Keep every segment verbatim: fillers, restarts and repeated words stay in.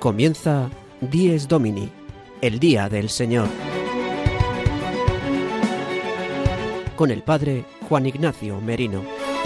Comienza Dies Domini, el Día del Señor, con el Padre Juan Ignacio Merino.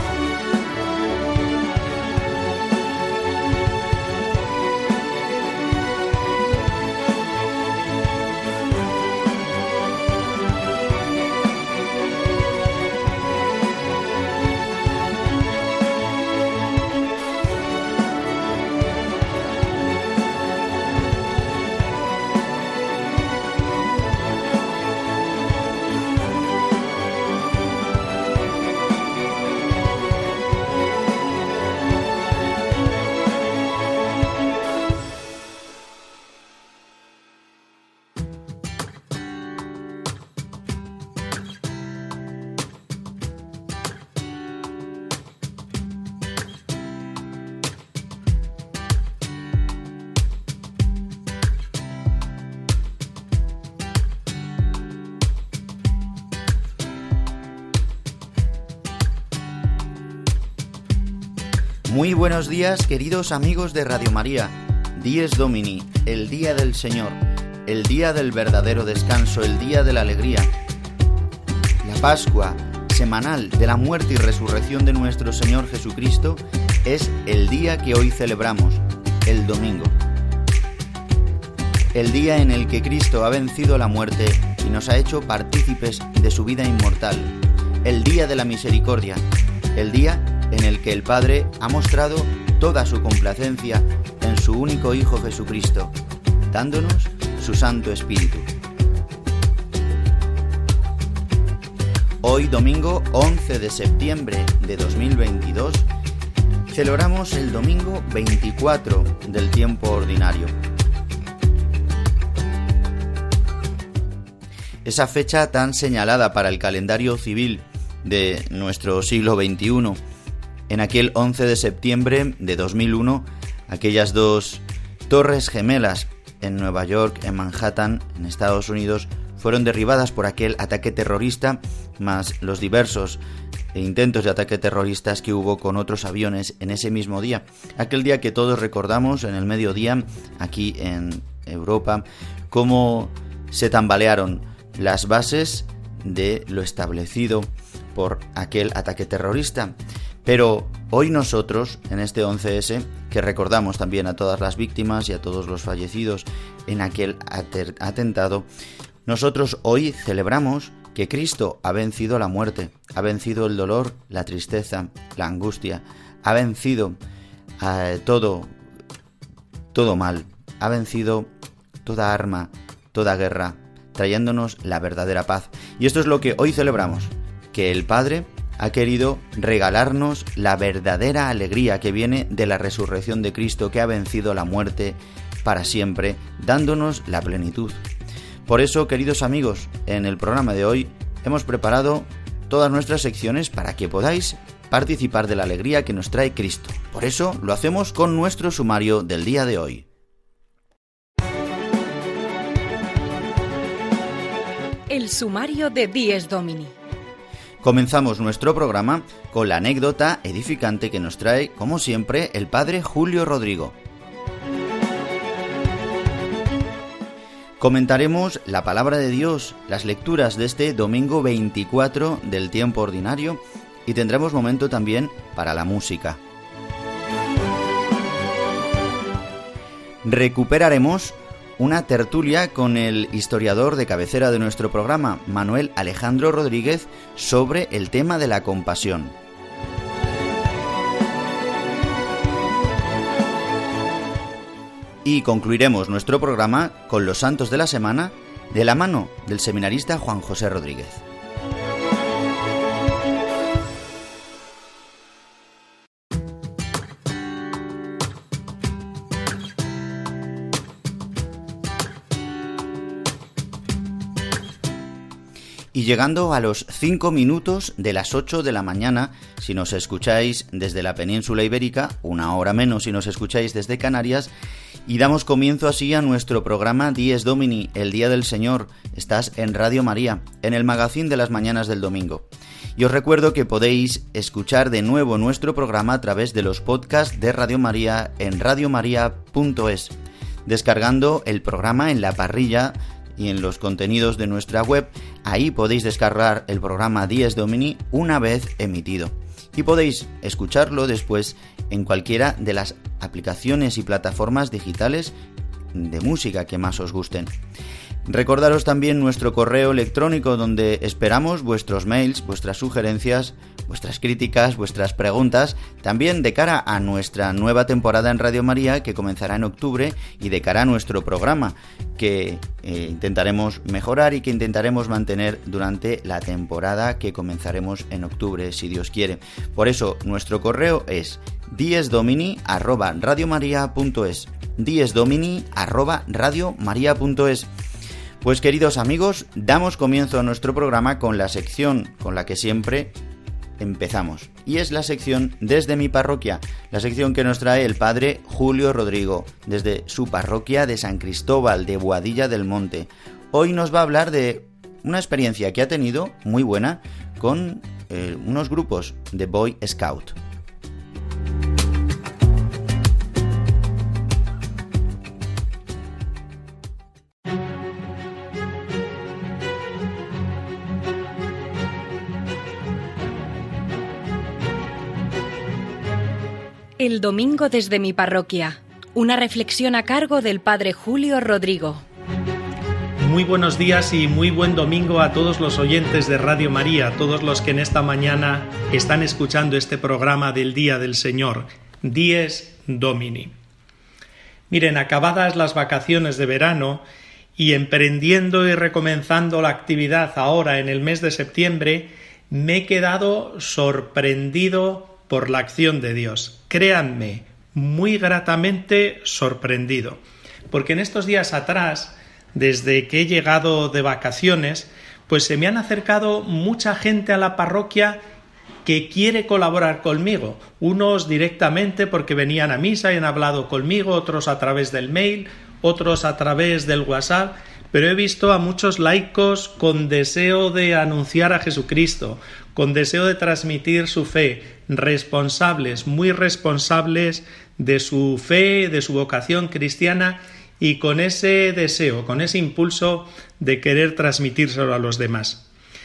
Muy buenos días, queridos amigos de Radio María. Dies Domini, el Día del Señor, el día del verdadero descanso, el día de la alegría. La Pascua semanal de la muerte y resurrección de nuestro Señor Jesucristo es el día que hoy celebramos, el domingo. El día en el que Cristo ha vencido la muerte y nos ha hecho partícipes de su vida inmortal. El día de la misericordia, el día en el que el Padre ha mostrado toda su complacencia en su único Hijo Jesucristo, dándonos su Santo Espíritu. Hoy, domingo once de septiembre de dos mil veintidós, celebramos el domingo veinticuatro del tiempo ordinario. Esa fecha tan señalada para el calendario civil de nuestro siglo veintiuno. En aquel once de septiembre de dos mil uno, aquellas dos torres gemelas en Nueva York, en Manhattan, en Estados Unidos, fueron derribadas por aquel ataque terrorista, más los diversos intentos de ataque terroristas que hubo con otros aviones en ese mismo día. Aquel día que todos recordamos en el mediodía, aquí en Europa, cómo se tambalearon las bases de lo establecido por aquel ataque terrorista. Pero hoy nosotros, en este once ese, que recordamos también a todas las víctimas y a todos los fallecidos en aquel atentado, nosotros hoy celebramos que Cristo ha vencido la muerte, ha vencido el dolor, la tristeza, la angustia, ha vencido eh, todo, todo mal, ha vencido toda arma, toda guerra, trayéndonos la verdadera paz. Y esto es lo que hoy celebramos, que el Padre ha querido regalarnos la verdadera alegría que viene de la resurrección de Cristo, que ha vencido la muerte para siempre, dándonos la plenitud. Por eso, queridos amigos, en el programa de hoy hemos preparado todas nuestras secciones para que podáis participar de la alegría que nos trae Cristo. Por eso lo hacemos con nuestro sumario del día de hoy. El sumario de Dies Domini. Comenzamos nuestro programa con la anécdota edificante que nos trae, como siempre, el Padre Julio Rodrigo. Comentaremos la palabra de Dios, las lecturas de este domingo veinticuatro del tiempo ordinario, y tendremos momento también para la música. Recuperaremos una tertulia con el historiador de cabecera de nuestro programa, Manuel Alejandro Rodríguez, sobre el tema de la compasión. Y concluiremos nuestro programa con los santos de la semana, de la mano del seminarista Juan José Rodríguez. Y llegando a los cinco minutos de las ocho de la mañana, si nos escucháis desde la península ibérica, una hora menos si nos escucháis desde Canarias, y damos comienzo así a nuestro programa Dies Domini, el Día del Señor. Estás en Radio María, en el magazín de las mañanas del domingo. Y os recuerdo que podéis escuchar de nuevo nuestro programa a través de los podcasts de Radio María en radio maría punto es. descargando el programa en la parrilla y en los contenidos de nuestra web. Ahí podéis descargar el programa Dies Domini una vez emitido y podéis escucharlo después en cualquiera de las aplicaciones y plataformas digitales de música que más os gusten. Recordaros también nuestro correo electrónico, donde esperamos vuestros mails, vuestras sugerencias, vuestras críticas, vuestras preguntas, también de cara a nuestra nueva temporada en Radio María que comenzará en octubre y de cara a nuestro programa que eh, intentaremos mejorar y que intentaremos mantener durante la temporada que comenzaremos en octubre, si Dios quiere. Por eso nuestro correo es diesdomini arroba radiomaria.es diesdomini arroba radiomaria.es. Pues queridos amigos, damos comienzo a nuestro programa con la sección con la que siempre empezamos. Y es la sección Desde mi parroquia, la sección que nos trae el padre Julio Rodrigo, desde su parroquia de San Cristóbal de Boadilla del Monte. Hoy nos va a hablar de una experiencia que ha tenido, muy buena, con eh, unos grupos de Boy Scout. El domingo desde mi parroquia. Una reflexión a cargo del padre Julio Rodrigo. Muy buenos días y muy buen domingo a todos los oyentes de Radio María, a todos los que en esta mañana están escuchando este programa del Día del Señor, Dies Domini. Miren, acabadas las vacaciones de verano y emprendiendo y recomenzando la actividad ahora en el mes de septiembre, me he quedado sorprendido por la acción de Dios. Créanme, muy gratamente sorprendido, porque en estos días atrás, desde que he llegado de vacaciones, pues se me han acercado mucha gente a la parroquia que quiere colaborar conmigo, unos directamente porque venían a misa y han hablado conmigo, otros a través del mail, otros a través del WhatsApp, pero he visto a muchos laicos con deseo de anunciar a Jesucristo, con deseo de transmitir su fe, responsables, muy responsables de su fe, de su vocación cristiana y con ese deseo, con ese impulso de querer transmitírselo a los demás.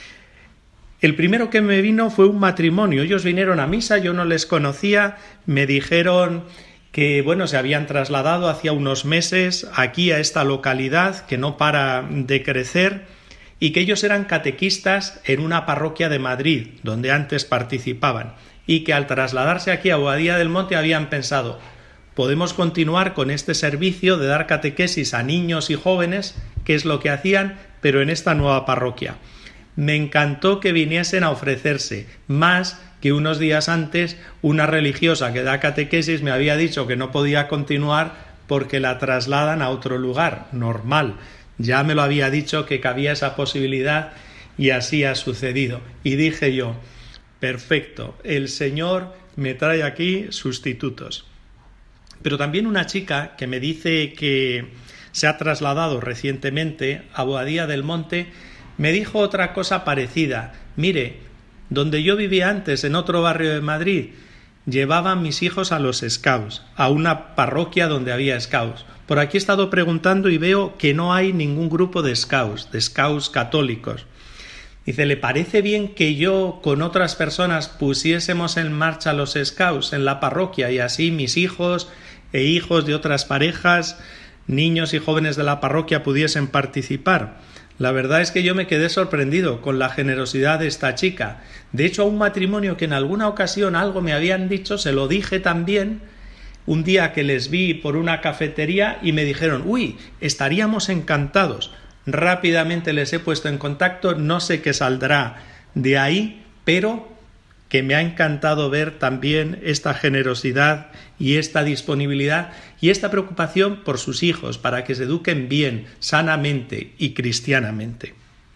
El primero que me vino fue un matrimonio. Ellos vinieron a misa, yo no les conocía, me dijeron que bueno, se habían trasladado hacía unos meses aquí a esta localidad que no para de crecer y que ellos eran catequistas en una parroquia de Madrid, donde antes participaban, y que al trasladarse aquí a Boadilla del Monte habían pensado, podemos continuar con este servicio de dar catequesis a niños y jóvenes, que es lo que hacían, pero en esta nueva parroquia. Me encantó que viniesen a ofrecerse, más que unos días antes una religiosa que da catequesis me había dicho que no podía continuar porque la trasladan a otro lugar, normal. Ya me lo había dicho que cabía esa posibilidad y así ha sucedido. Y dije yo, perfecto, el Señor me trae aquí sustitutos. Pero también una chica que me dice que se ha trasladado recientemente a Boadilla del Monte me dijo otra cosa parecida. Mire, donde yo vivía antes, en otro barrio de Madrid, llevaban mis hijos a los scouts, a una parroquia donde había scouts. Por aquí he estado preguntando y veo que no hay ningún grupo de scouts, de scouts católicos. Dice, ¿le parece bien que yo con otras personas pusiésemos en marcha los scouts en la parroquia y así mis hijos e hijos de otras parejas, niños y jóvenes de la parroquia pudiesen participar? La verdad es que yo me quedé sorprendido con la generosidad de esta chica. De hecho, a un matrimonio que en alguna ocasión algo me habían dicho, se lo dije también, un día que les vi por una cafetería y me dijeron, uy, estaríamos encantados. Rápidamente les he puesto en contacto, no sé qué saldrá de ahí, pero que me ha encantado ver también esta generosidad y esta disponibilidad y esta preocupación por sus hijos, para que se eduquen bien, sanamente y cristianamente.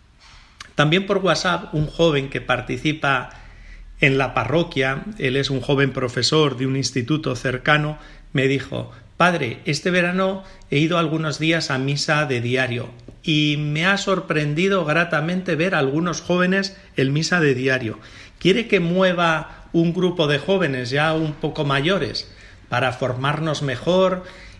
También por WhatsApp, un joven que participa en la parroquia, él es un joven profesor de un instituto cercano, me dijo, padre, este verano he ido algunos días a misa de diario y me ha sorprendido gratamente ver a algunos jóvenes en misa de diario. ¿Quiere que mueva un grupo de jóvenes ya un poco mayores para formarnos mejor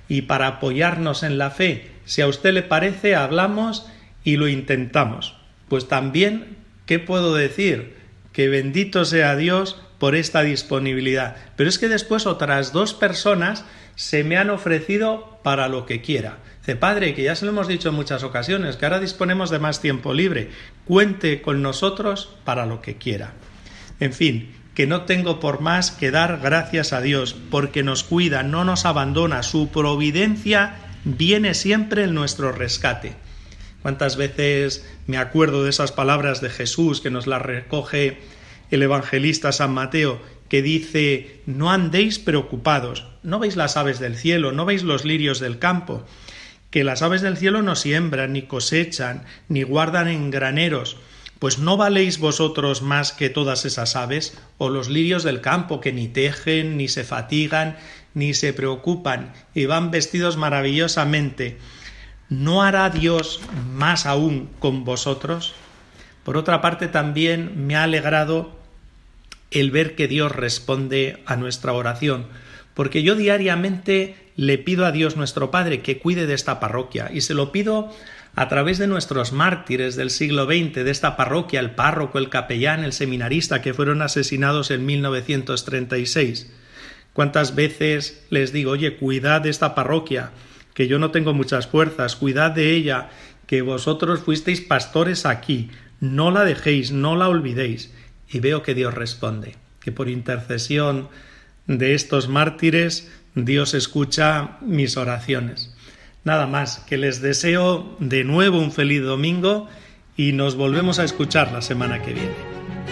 y para apoyarnos en la fe. Si a usted le parece, hablamos y lo intentamos. Pues también, ¿qué puedo decir? Que bendito sea Dios por esta disponibilidad. Pero es que después otras dos personas se me han ofrecido para lo que quiera. Dice, padre, que ya se lo hemos dicho en muchas ocasiones, que ahora disponemos de más tiempo libre. Cuente con nosotros para lo que quiera. En fin, que no tengo por más que dar gracias a Dios, porque nos cuida, no nos abandona, su providencia viene siempre en nuestro rescate. ¿Cuántas veces me acuerdo de esas palabras de Jesús que nos las recoge el evangelista San Mateo, que dice, no andéis preocupados, no veis las aves del cielo, no veis los lirios del campo, que las aves del cielo no siembran, ni cosechan, ni guardan en graneros, pues ¿no valéis vosotros más que todas esas aves? O los lirios del campo, que ni tejen, ni se fatigan, ni se preocupan, y van vestidos maravillosamente. ¿No hará Dios más aún con vosotros? Por otra parte, también me ha alegrado el ver que Dios responde a nuestra oración, porque yo diariamente le pido a Dios nuestro Padre que cuide de esta parroquia, y se lo pido a través de nuestros mártires del siglo veinte, de esta parroquia, el párroco, el capellán, el seminarista, que fueron asesinados en mil novecientos treinta y seis. ¿Cuántas veces les digo, oye, cuidad de esta parroquia, que yo no tengo muchas fuerzas, cuidad de ella, que vosotros fuisteis pastores aquí, no la dejéis, no la olvidéis? Y veo que Dios responde, que por intercesión de estos mártires Dios escucha mis oraciones. Nada más, que les deseo de nuevo un feliz domingo y nos volvemos a escuchar la semana que viene.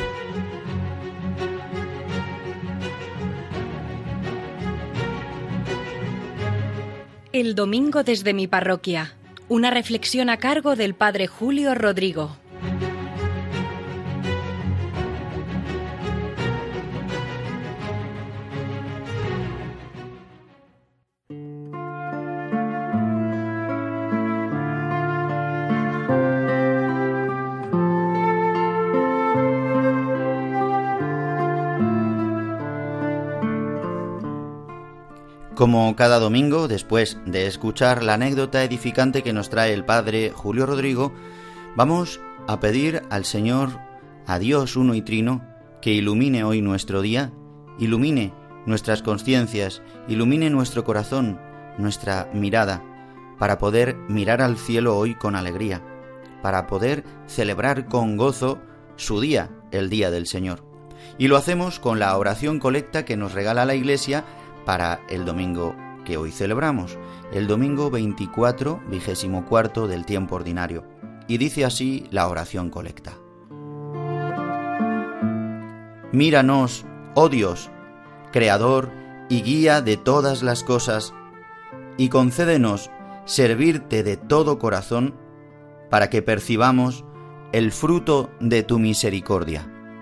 El domingo desde mi parroquia. Una reflexión a cargo del padre Julio Rodrigo. Como cada domingo, después de escuchar la anécdota edificante que nos trae el padre Julio Rodrigo, vamos a pedir al Señor, a Dios uno y trino, que ilumine hoy nuestro día, ilumine nuestras conciencias, ilumine nuestro corazón, nuestra mirada, para poder mirar al cielo hoy con alegría, para poder celebrar con gozo su día, el día del Señor. Y lo hacemos con la oración colecta que nos regala la Iglesia para el domingo que hoy celebramos, el domingo veinticuatro, vigésimo cuarto del tiempo ordinario. Y dice así la oración colecta. Míranos, oh Dios, Creador y guía de todas las cosas, y concédenos servirte de todo corazón, para que percibamos el fruto de tu misericordia.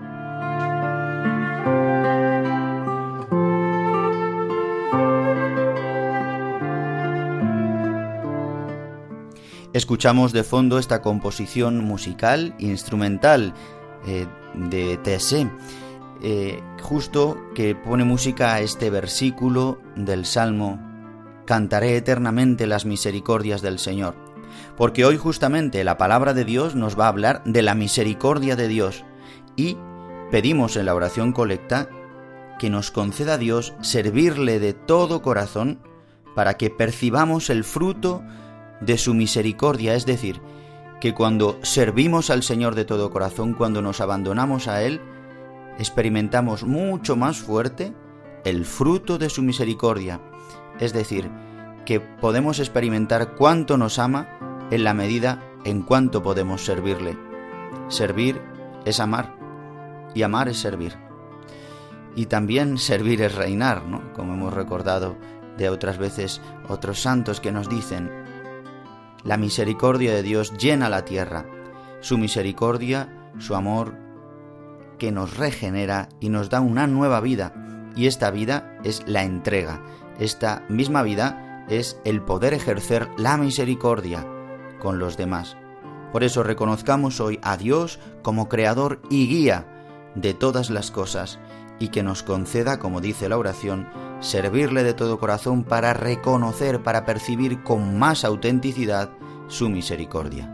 Escuchamos de fondo esta composición musical, instrumental, eh, de Tessé, eh, justo que pone música a este versículo del Salmo: Cantaré eternamente las misericordias del Señor. Porque hoy justamente la palabra de Dios nos va a hablar de la misericordia de Dios, y pedimos en la oración colecta que nos conceda a Dios servirle de todo corazón para que percibamos el fruto de su misericordia, es decir, que cuando servimos al Señor de todo corazón, cuando nos abandonamos a Él, experimentamos mucho más fuerte el fruto de su misericordia, es decir, que podemos experimentar cuánto nos ama en la medida en cuánto podemos servirle. Servir es amar, y amar es servir. Y también servir es reinar, ¿no? Como hemos recordado de otras veces otros santos que nos dicen: la misericordia de Dios llena la tierra, su misericordia, su amor, que nos regenera y nos da una nueva vida, y esta vida es la entrega, esta misma vida es el poder ejercer la misericordia con los demás. Por eso reconozcamos hoy a Dios como creador y guía de todas las cosas, y que nos conceda, como dice la oración, servirle de todo corazón para reconocer, para percibir con más autenticidad su misericordia.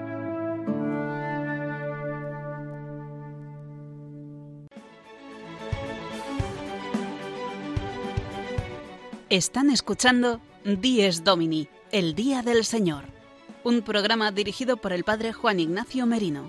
Están escuchando Dies Domini, el Día del Señor, un programa dirigido por el Padre Juan Ignacio Merino.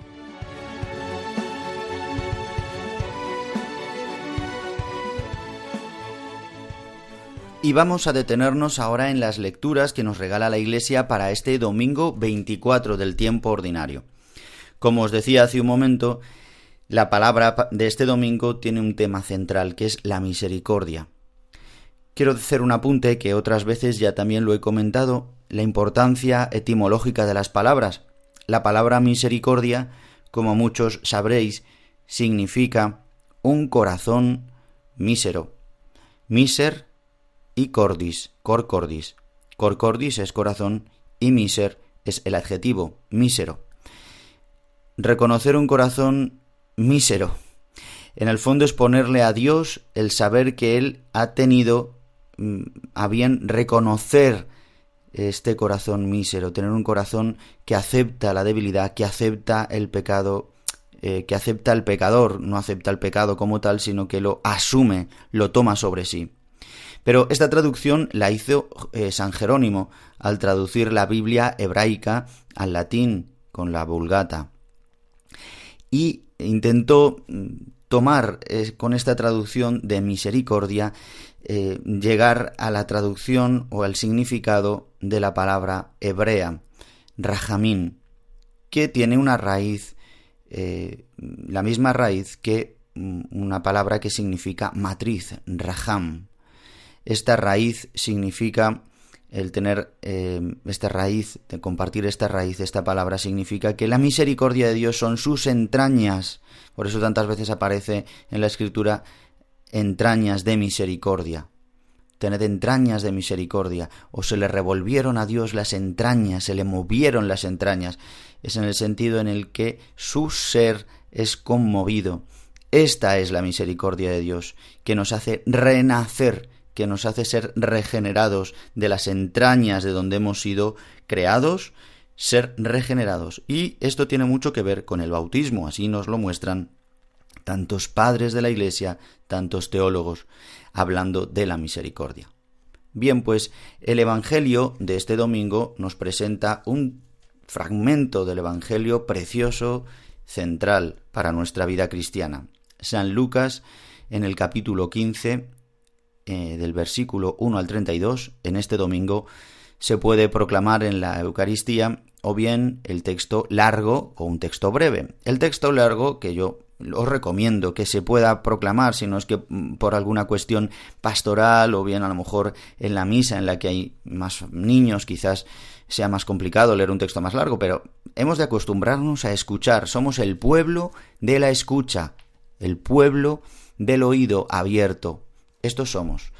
Y vamos a detenernos ahora en las lecturas que nos regala la Iglesia para este domingo veinticuatro del tiempo ordinario. Como os decía hace un momento, la palabra de este domingo tiene un tema central, que es la misericordia. Quiero hacer un apunte que otras veces ya también lo he comentado, la importancia etimológica de las palabras. La palabra misericordia, como muchos sabréis, significa un corazón mísero. Miser y cordis, cor cordis. Cor cordis es corazón y miser es el adjetivo, mísero. Reconocer un corazón mísero, en el fondo es ponerle a Dios el saber que Él ha tenido a bien reconocer este corazón mísero, tener un corazón que acepta la debilidad, que acepta el pecado, eh, que acepta el pecador, no acepta el pecado como tal, sino que lo asume, lo toma sobre sí. Pero esta traducción la hizo eh, San Jerónimo al traducir la Biblia hebraica al latín con la Vulgata. Y intentó tomar eh, con esta traducción de misericordia, eh, llegar a la traducción o al significado de la palabra hebrea, rajamín, que tiene una raíz, eh, la misma raíz que una palabra que significa matriz, rajam. Esta raíz significa, el tener eh, esta raíz, de compartir esta raíz, esta palabra significa que la misericordia de Dios son sus entrañas. Por eso tantas veces aparece en la Escritura entrañas de misericordia. Tened entrañas de misericordia. O se le revolvieron a Dios las entrañas, se le movieron las entrañas. Es en el sentido en el que su ser es conmovido. Esta es la misericordia de Dios, que nos hace renacer, que nos hace ser regenerados de las entrañas de donde hemos sido creados, ser regenerados. Y esto tiene mucho que ver con el bautismo, así nos lo muestran tantos padres de la Iglesia, tantos teólogos, hablando de la misericordia. Bien, pues el Evangelio de este domingo nos presenta un fragmento del Evangelio precioso, central para nuestra vida cristiana. San Lucas, en el capítulo quince, eh, del versículo uno al treinta y dos, en este domingo se puede proclamar en la Eucaristía o bien el texto largo o un texto breve. El texto largo, que yo os recomiendo que se pueda proclamar, si no es que por alguna cuestión pastoral o bien a lo mejor en la misa en la que hay más niños, quizás sea más complicado leer un texto más largo, pero hemos de acostumbrarnos a escuchar. Somos el pueblo de la escucha, el pueblo del oído abierto. Estos somos.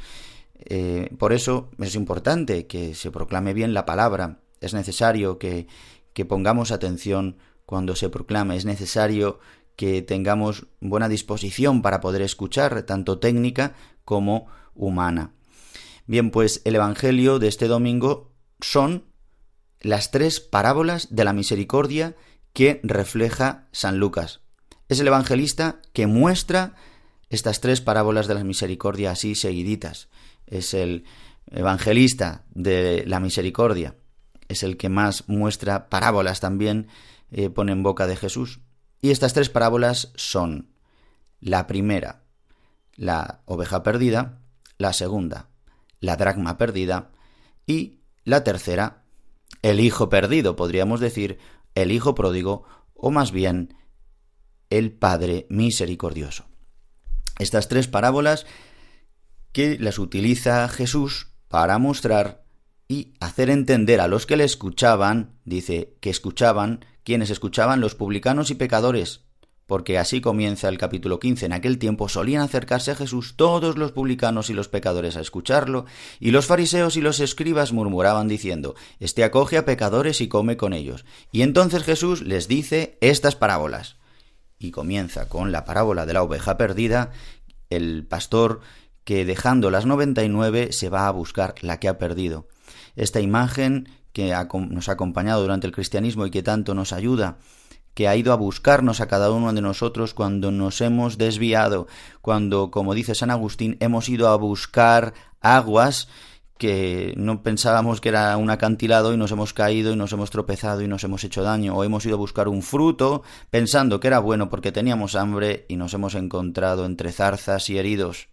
Eh, por eso es importante que se proclame bien la palabra. Es necesario que, que pongamos atención cuando se proclame. Es necesario que tengamos buena disposición para poder escuchar, tanto técnica como humana. Bien, pues el Evangelio de este domingo son las tres parábolas de la misericordia que refleja San Lucas. Es el evangelista que muestra estas tres parábolas de la misericordia así seguiditas. Es el evangelista de la misericordia. Es el que más muestra parábolas también, eh, pone en boca de Jesús. Y estas tres parábolas son: la primera, la oveja perdida; la segunda, la dracma perdida; y la tercera, el hijo perdido, podríamos decir, el hijo pródigo, o más bien, el Padre misericordioso. Estas tres parábolas que las utiliza Jesús para mostrar y hacer entender a los que le escuchaban, dice que escuchaban, quienes escuchaban, los publicanos y pecadores, porque así comienza el capítulo quince. En aquel tiempo solían acercarse a Jesús todos los publicanos y los pecadores a escucharlo, y los fariseos y los escribas murmuraban diciendo: Este acoge a pecadores y come con ellos. Y entonces Jesús les dice estas parábolas. Y comienza con la parábola de la oveja perdida, el pastor que dejando las noventa y nueve se va a buscar la que ha perdido. Esta imagen que ha, nos ha acompañado durante el cristianismo y que tanto nos ayuda, que ha ido a buscarnos a cada uno de nosotros cuando nos hemos desviado, cuando, como dice San Agustín, hemos ido a buscar aguas que no pensábamos que era un acantilado y nos hemos caído y nos hemos tropezado y nos hemos hecho daño, o hemos ido a buscar un fruto pensando que era bueno porque teníamos hambre y nos hemos encontrado entre zarzas y heridos.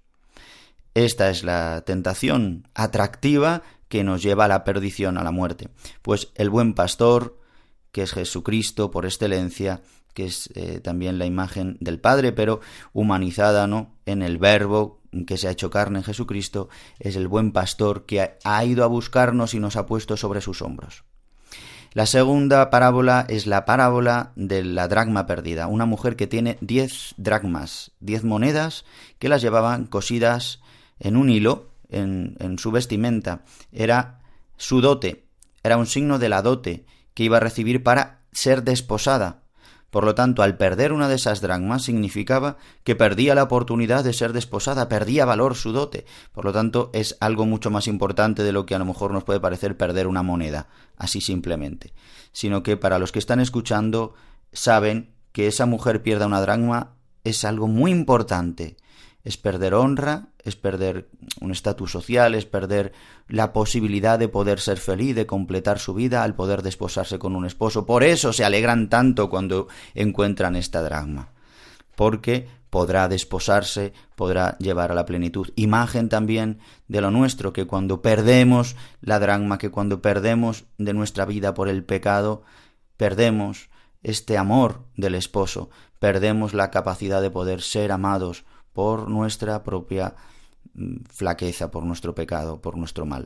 Esta es la tentación atractiva que nos lleva a la perdición, a la muerte. Pues el buen pastor, que es Jesucristo por excelencia, que es eh, también la imagen del Padre, pero humanizada, ¿no?, en el Verbo que se ha hecho carne en Jesucristo, es el buen pastor que ha, ha ido a buscarnos y nos ha puesto sobre sus hombros. La segunda parábola es la parábola de la dracma perdida, una mujer que tiene diez dracmas, diez monedas que las llevaban cosidas en un hilo en, en su vestimenta. Era su dote, era un signo de la dote que iba a recibir para ser desposada. Por lo tanto, al perder una de esas dracmas significaba que perdía la oportunidad de ser desposada, perdía valor su dote. Por lo tanto, es algo mucho más importante de lo que a lo mejor nos puede parecer perder una moneda, así simplemente. Sino que para los que están escuchando saben que esa mujer pierda una dracma es algo muy importante. Es perder honra, es perder un estatus social, es perder la posibilidad de poder ser feliz, de completar su vida al poder desposarse con un esposo. Por eso se alegran tanto cuando encuentran esta dracma, porque podrá desposarse, podrá llevar a la plenitud. Imagen también de lo nuestro, que cuando perdemos la dracma, que cuando perdemos de nuestra vida por el pecado, perdemos este amor del esposo, perdemos la capacidad de poder ser amados por nuestra propia flaqueza, por nuestro pecado, por nuestro mal.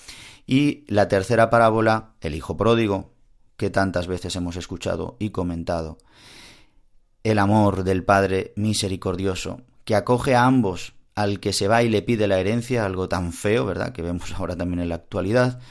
Y la tercera parábola, el hijo pródigo, que tantas veces hemos escuchado y comentado. El amor del Padre misericordioso, que acoge a ambos, al que se va y le pide la herencia, algo tan feo, ¿verdad?, que vemos ahora también en la actualidad,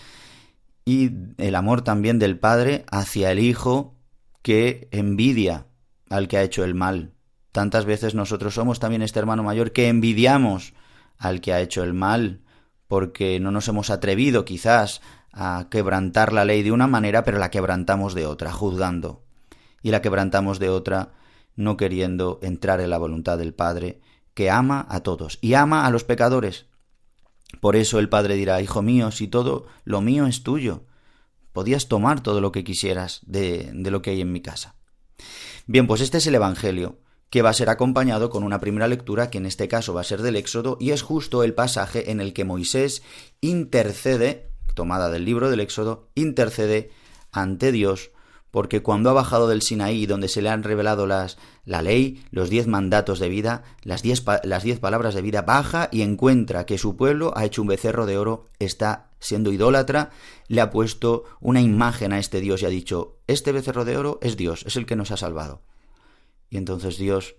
y el amor también del Padre hacia el hijo que envidia al que ha hecho el mal. Tantas veces nosotros somos también este hermano mayor que envidiamos al que ha hecho el mal, porque no nos hemos atrevido quizás a quebrantar la ley de una manera, pero la quebrantamos de otra, juzgando. Y la quebrantamos de otra, no queriendo entrar en la voluntad del Padre, que ama a todos y ama a los pecadores. Por eso el Padre dirá: hijo mío, si todo lo mío es tuyo, podías tomar todo lo que quisieras de, de lo que hay en mi casa. Bien, pues este es el Evangelio, que va a ser acompañado con una primera lectura que en este caso va a ser del Éxodo, y es justo el pasaje en el que Moisés intercede, tomada del libro del Éxodo, intercede ante Dios, porque cuando ha bajado del Sinaí, donde se le han revelado las, la ley, los diez mandatos de vida, las diez, las diez palabras de vida, baja y encuentra que su pueblo ha hecho un becerro de oro, está siendo idólatra, le ha puesto una imagen a este Dios y ha dicho: este becerro de oro es Dios, es el que nos ha salvado. Y entonces Dios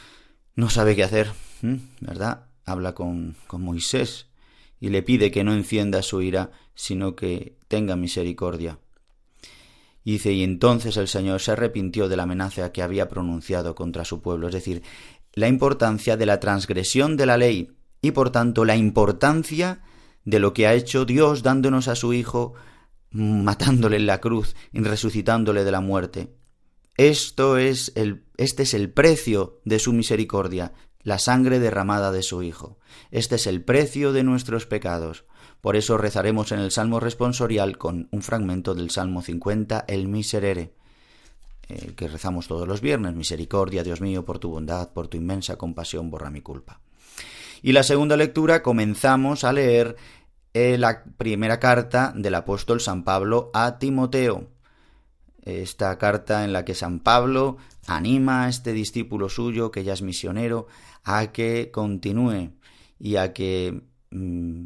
no sabe qué hacer, ¿verdad? Habla con, con Moisés y le pide que no encienda su ira, sino que tenga misericordia. Y dice: y entonces el Señor se arrepintió de la amenaza que había pronunciado contra su pueblo. Es decir, la importancia de la transgresión de la ley y por tanto la importancia de lo que ha hecho Dios dándonos a su Hijo, matándole en la cruz y resucitándole de la muerte. Esto es el, este es el precio de su misericordia, la sangre derramada de su Hijo. Este es el precio de nuestros pecados. Por eso rezaremos en el Salmo responsorial con un fragmento del Salmo cincuenta, el Miserere, eh, que rezamos todos los viernes. Misericordia, Dios mío, por tu bondad, por tu inmensa compasión, borra mi culpa. Y la segunda lectura comenzamos a leer eh, la primera carta del apóstol San Pablo a Timoteo. Esta carta en la que San Pablo anima a este discípulo suyo, que ya es misionero, a que continúe y a que mmm,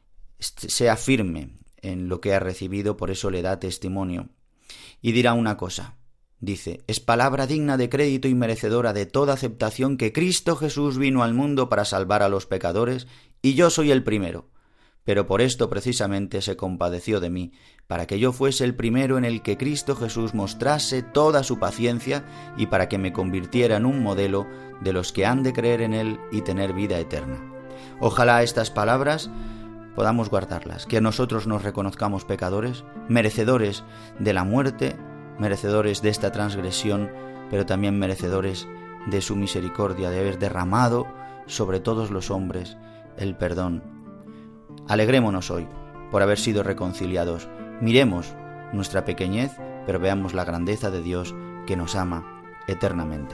sea firme en lo que ha recibido, por eso le da testimonio. Y dirá una cosa, dice: es palabra digna de crédito y merecedora de toda aceptación que Cristo Jesús vino al mundo para salvar a los pecadores, y yo soy el primero, pero por esto precisamente se compadeció de mí, para que yo fuese el primero en el que Cristo Jesús mostrase toda su paciencia y para que me convirtiera en un modelo de los que han de creer en Él y tener vida eterna. Ojalá estas palabras podamos guardarlas, que nosotros nos reconozcamos pecadores, merecedores de la muerte, merecedores de esta transgresión, pero también merecedores de su misericordia, de haber derramado sobre todos los hombres el perdón. Alegrémonos hoy por haber sido reconciliados. Miremos nuestra pequeñez, pero veamos la grandeza de Dios que nos ama eternamente.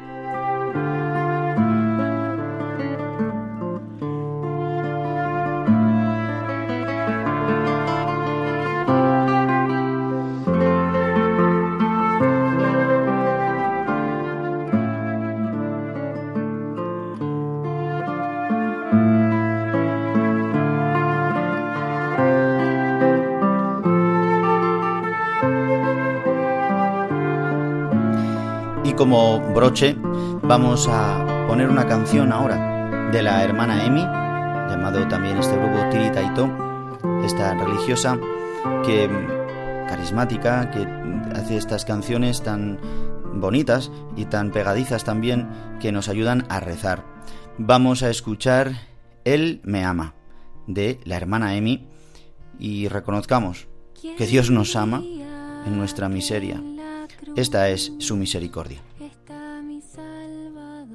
Como broche vamos a poner una canción ahora de la hermana Emi, llamado también este grupo Tiritaito, esta religiosa que carismática, que hace estas canciones tan bonitas y tan pegadizas también, que nos ayudan a rezar. Vamos a escuchar Él me ama, de la hermana Emi, y reconozcamos que Dios nos ama en nuestra miseria. Esta es su misericordia. Está mi Salvador,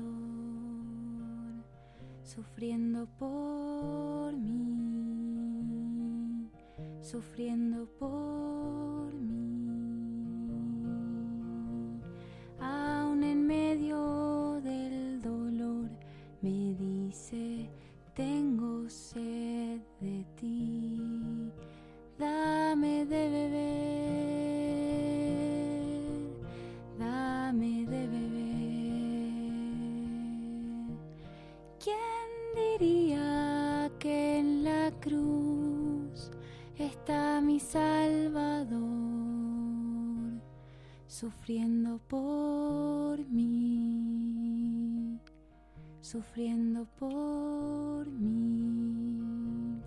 sufriendo por mí, sufriendo por mí. Aún en medio del dolor me dice, tengo sed de ti, dame de beber, dame de beber. ¿Quién diría que en la cruz está mi Salvador, sufriendo por mí, sufriendo por mí?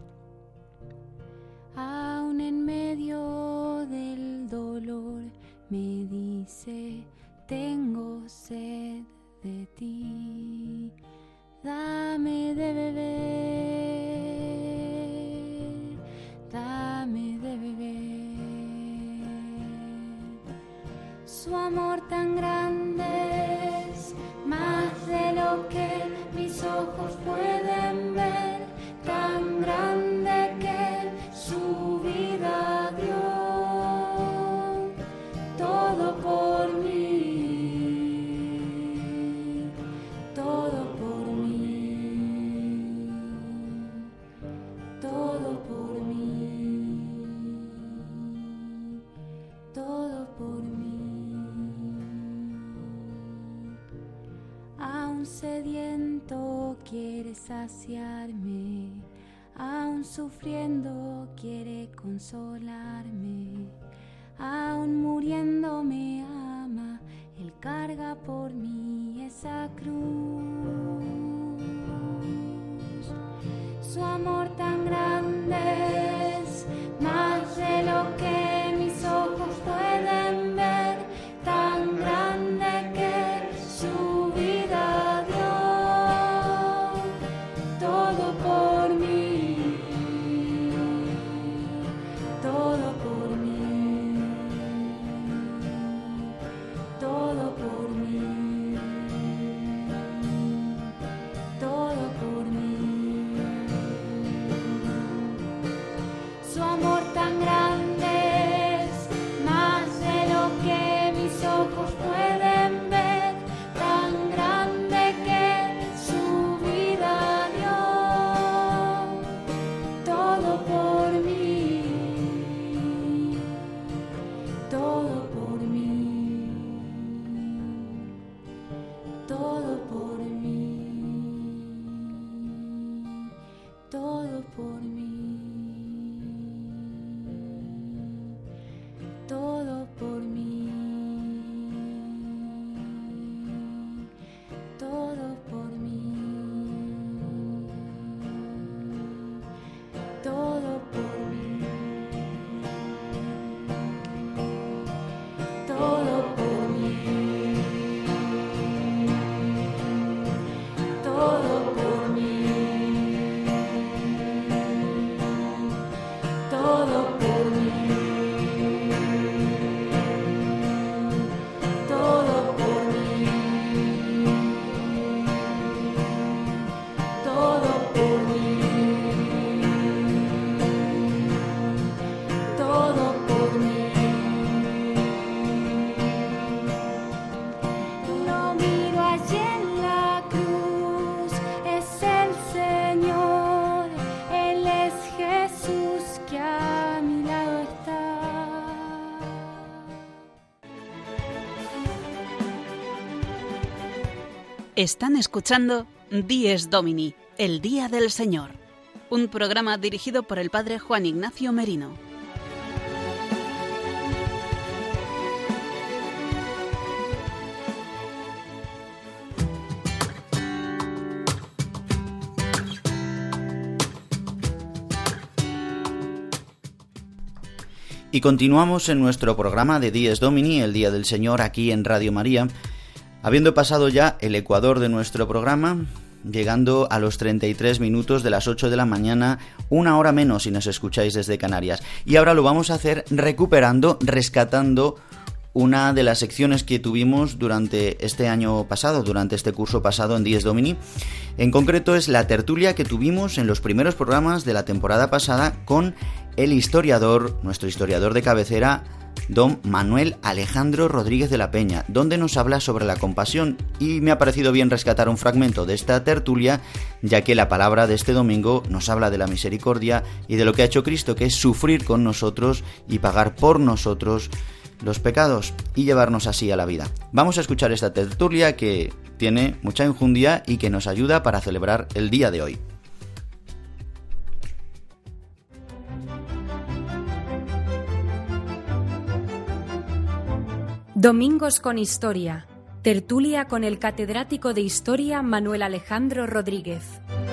Aún en medio del dolor me dice, tengo sed de ti, dame de beber, dame de beber. Su amor tan grande es, más de lo que mis ojos pueden ver, tan grande que su vida dio, todo por mí, todo por mí, todo por mí, todo por mí. Aún sediento quiere saciarme, aún sufriendo quiere consolarme, aún muriendo me ama, Él carga por mí esa cruz. Su amor tan grande es, más de lo que mis ojos pueden ver, tan grande que su vida dio, todo por mí, todo por mí, todo por mí, todo por mí. Están escuchando Dies Domini, el Día del Señor, un programa dirigido por el Padre Juan Ignacio Merino. Y continuamos en nuestro programa de Dies Domini, el Día del Señor, aquí en Radio María, habiendo pasado ya el ecuador de nuestro programa, llegando a los treinta y tres minutos de las ocho de la mañana, una hora menos si nos escucháis desde Canarias. Y ahora lo vamos a hacer recuperando, rescatando una de las secciones que tuvimos durante este año pasado, durante este curso pasado en Dies Domini. En concreto es la tertulia que tuvimos en los primeros programas de la temporada pasada con el historiador, nuestro historiador de cabecera, don Manuel Alejandro Rodríguez de la Peña, donde nos habla sobre la compasión, y me ha parecido bien rescatar un fragmento de esta tertulia, ya que la palabra de este domingo nos habla de la misericordia y de lo que ha hecho Cristo, que es sufrir con nosotros y pagar por nosotros los pecados y llevarnos así a la vida. Vamos a escuchar esta tertulia que tiene mucha enjundia y que nos ayuda para celebrar el día de hoy. Domingos con Historia. Tertulia con el catedrático de Historia Manuel Alejandro Rodríguez.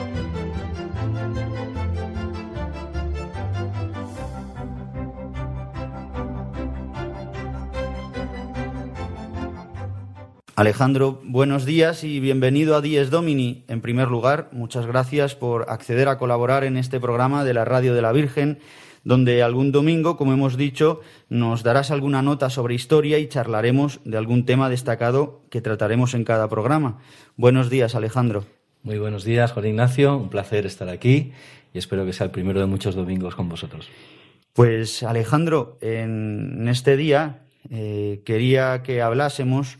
Alejandro, buenos días y bienvenido a Dies Domini. En primer lugar, muchas gracias por acceder a colaborar en este programa de la Radio de la Virgen, donde algún domingo, como hemos dicho, nos darás alguna nota sobre historia y charlaremos de algún tema destacado que trataremos en cada programa. Buenos días, Alejandro. Muy buenos días, Juan Ignacio. Un placer estar aquí y espero que sea el primero de muchos domingos con vosotros. Pues, Alejandro, en este día eh, quería que hablásemos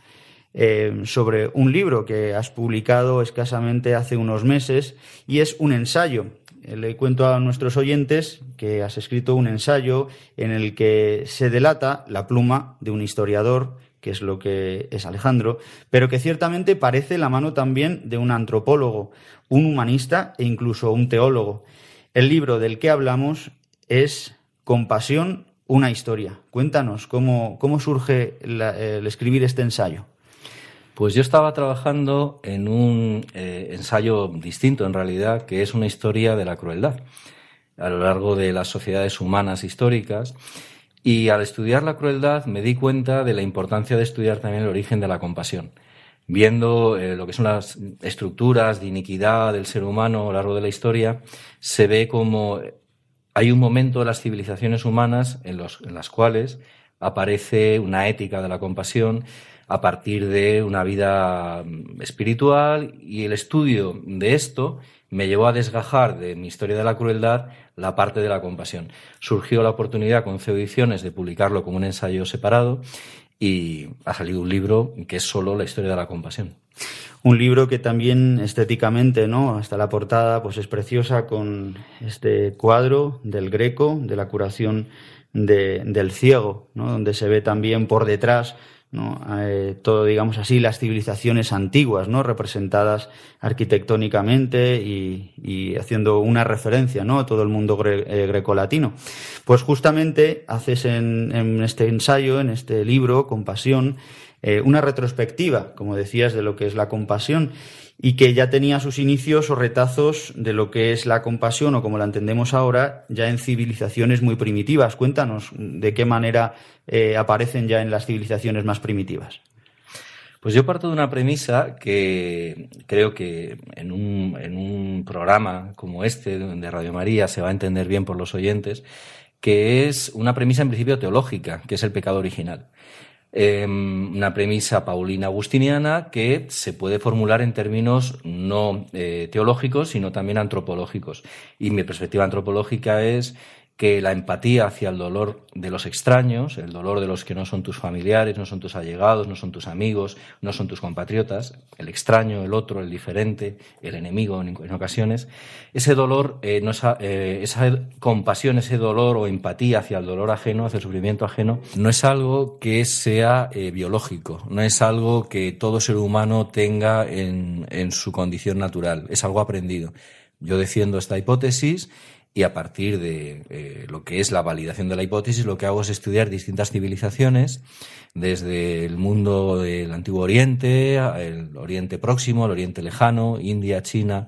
Eh, sobre un libro que has publicado escasamente hace unos meses y es un ensayo. Eh, le cuento a nuestros oyentes que has escrito un ensayo en el que se delata la pluma de un historiador, que es lo que es Alejandro, pero que ciertamente parece la mano también de un antropólogo, un humanista e incluso un teólogo. El libro del que hablamos es Compasión, una historia. Cuéntanos, ¿cómo, cómo surge la, el escribir este ensayo? Pues yo estaba trabajando en un eh, ensayo distinto, en realidad, que es una historia de la crueldad a lo largo de las sociedades humanas históricas. Y al estudiar la crueldad me di cuenta de la importancia de estudiar también el origen de la compasión. Viendo eh, lo que son las estructuras de iniquidad del ser humano a lo largo de la historia, se ve como hay un momento de las civilizaciones humanas en, los, en las cuales aparece una ética de la compasión a partir de una vida espiritual, y el estudio de esto me llevó a desgajar de mi historia de la crueldad la parte de la compasión. Surgió la oportunidad con C E U Ediciones de publicarlo como un ensayo separado y ha salido un libro que es solo la historia de la compasión. Un libro que también estéticamente, ¿no?, hasta la portada, pues es preciosa, con este cuadro del Greco, de la curación de, del ciego, ¿no?, donde se ve también por detrás, ¿no?, eh, todo, digamos así, las civilizaciones antiguas, ¿no?, representadas arquitectónicamente y, y haciendo una referencia, ¿no?, a todo el mundo gre- eh, grecolatino. Pues justamente haces en, en este ensayo, en este libro, Compasión, eh, una retrospectiva, como decías, de lo que es la compasión, y que ya tenía sus inicios o retazos de lo que es la compasión, o como la entendemos ahora, ya en civilizaciones muy primitivas. Cuéntanos de qué manera eh, aparecen ya en las civilizaciones más primitivas. Pues yo parto de una premisa que creo que en un, en un programa como este de Radio María se va a entender bien por los oyentes, que es una premisa en principio teológica, que es el pecado original. Eh, una premisa paulina agustiniana que se puede formular en términos no eh, teológicos, sino también antropológicos. Y mi perspectiva antropológica es que la empatía hacia el dolor de los extraños, el dolor de los que no son tus familiares, no son tus allegados, no son tus amigos, no son tus compatriotas, el extraño, el otro, el diferente, el enemigo en, en ocasiones, ese dolor, eh, no es, eh, esa compasión, ese dolor o empatía hacia el dolor ajeno, hacia el sufrimiento ajeno, no es algo que sea eh, biológico, no es algo que todo ser humano tenga en, en su condición natural, es algo aprendido. Yo defiendo esta hipótesis. Y a partir de eh, lo que es la validación de la hipótesis, lo que hago es estudiar distintas civilizaciones, desde el mundo del Antiguo Oriente, el Oriente Próximo, el Oriente Lejano, India, China,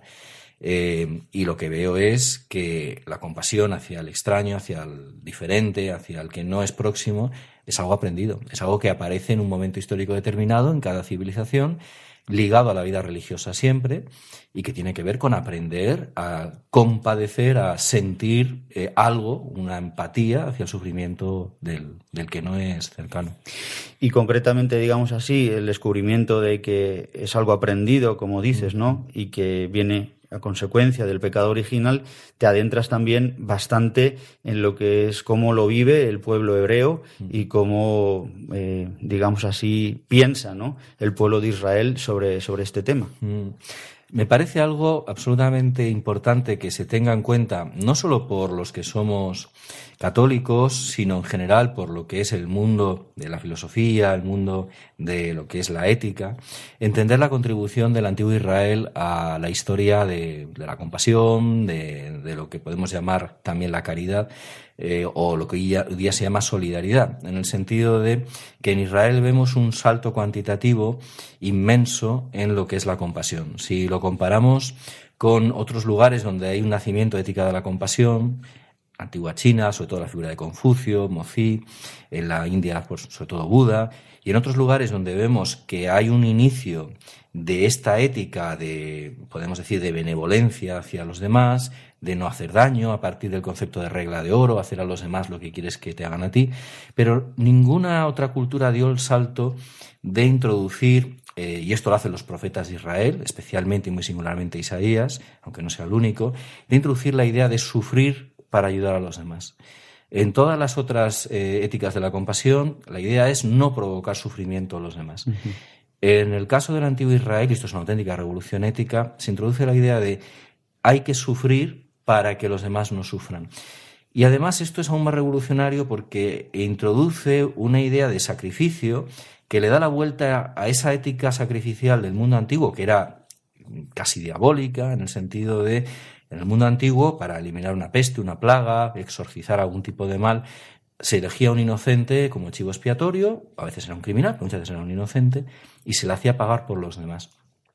eh, y lo que veo es que la compasión hacia el extraño, hacia el diferente, hacia el que no es próximo, es algo aprendido, es algo que aparece en un momento histórico determinado en cada civilización, ligado a la vida religiosa siempre, y que tiene que ver con aprender a compadecer, a sentir eh, algo, una empatía hacia el sufrimiento del, del que no es cercano. Y concretamente, digamos así, el descubrimiento de que es algo aprendido, como dices, ¿no? Y que viene a consecuencia del pecado original, te adentras también bastante en lo que es cómo lo vive el pueblo hebreo y cómo, eh, digamos así, piensa, ¿no?, el pueblo de Israel sobre, sobre este tema. Mm. Me parece algo absolutamente importante que se tenga en cuenta, no solo por los que somos católicos, sino en general por lo que es el mundo de la filosofía, el mundo de lo que es la ética, entender la contribución del antiguo Israel a la historia de, de la compasión, de, de lo que podemos llamar también la caridad, eh, o lo que hoy día, hoy día se llama solidaridad, en el sentido de que en Israel vemos un salto cuantitativo inmenso en lo que es la compasión. Si lo comparamos con otros lugares donde hay un nacimiento de ética de la compasión, antigua China, sobre todo la figura de Confucio, Mozi, en la India, pues, sobre todo Buda, y en otros lugares donde vemos que hay un inicio de esta ética de, podemos decir, de benevolencia hacia los demás, de no hacer daño a partir del concepto de regla de oro, hacer a los demás lo que quieres que te hagan a ti, pero ninguna otra cultura dio el salto de introducir, eh, y esto lo hacen los profetas de Israel, especialmente y muy singularmente Isaías, aunque no sea el único, de introducir la idea de sufrir para ayudar a los demás. En todas las otras eh, éticas de la compasión, la idea es no provocar sufrimiento a los demás. Uh-huh. En el caso del antiguo Israel, y esto es una auténtica revolución ética, se introduce la idea de hay que sufrir para que los demás no sufran. Y además esto es aún más revolucionario porque introduce una idea de sacrificio que le da la vuelta a esa ética sacrificial del mundo antiguo, que era casi diabólica, en el sentido de, en el mundo antiguo, para eliminar una peste, una plaga, exorcizar algún tipo de mal, se elegía a un inocente como chivo expiatorio, a veces era un criminal, pero muchas veces era un inocente, y se le hacía pagar por los demás.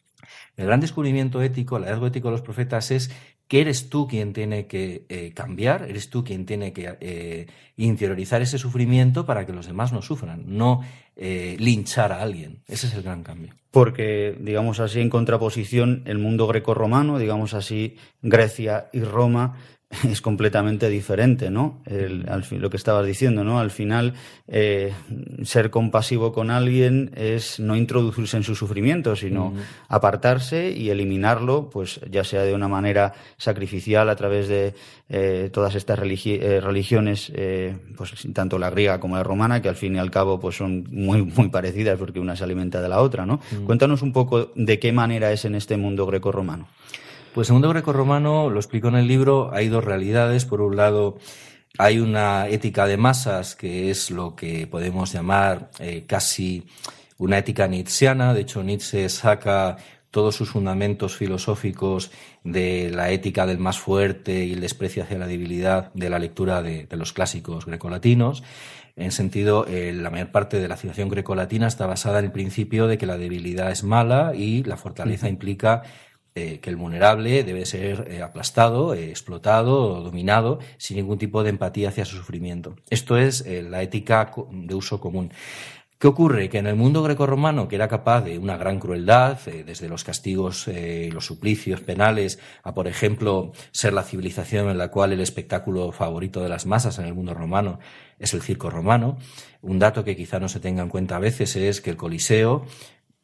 El gran descubrimiento ético, el hallazgo ético de los profetas es que eres tú quien tiene que eh, cambiar, eres tú quien tiene que eh, interiorizar ese sufrimiento para que los demás no sufran, no eh, linchar a alguien. Ese es el gran cambio. Porque, digamos así, en contraposición, el mundo grecorromano, digamos así, Grecia y Roma, es completamente diferente, ¿no? El, al fin, lo que estabas diciendo, ¿no? Al final, eh, ser compasivo con alguien es no introducirse en su sufrimiento, sino uh-huh. apartarse y eliminarlo, pues ya sea de una manera sacrificial a través de eh, todas estas religi- eh, religiones, eh, pues tanto la griega como la romana, que al fin y al cabo pues son muy muy parecidas porque una se alimenta de la otra, ¿no? Uh-huh. Cuéntanos un poco de qué manera es en este mundo grecorromano. Pues en el mundo grecorromano, lo explico en el libro, hay dos realidades. Por un lado, hay una ética de masas, que es lo que podemos llamar eh, casi una ética nietzscheana. De hecho, Nietzsche saca todos sus fundamentos filosóficos de la ética del más fuerte y el desprecio hacia la debilidad de la lectura de, de los clásicos grecolatinos. En sentido, eh, la mayor parte de la civilización grecolatina está basada en el principio de que la debilidad es mala y la fortaleza uh-huh. implica Eh, que el vulnerable debe ser eh, aplastado, eh, explotado, dominado, sin ningún tipo de empatía hacia su sufrimiento. Esto es eh, la ética de uso común. ¿Qué ocurre? Que en el mundo grecorromano, que era capaz de una gran crueldad, eh, desde los castigos y eh, los suplicios penales, a, por ejemplo, ser la civilización en la cual el espectáculo favorito de las masas en el mundo romano es el circo romano, un dato que quizá no se tenga en cuenta a veces es que el Coliseo,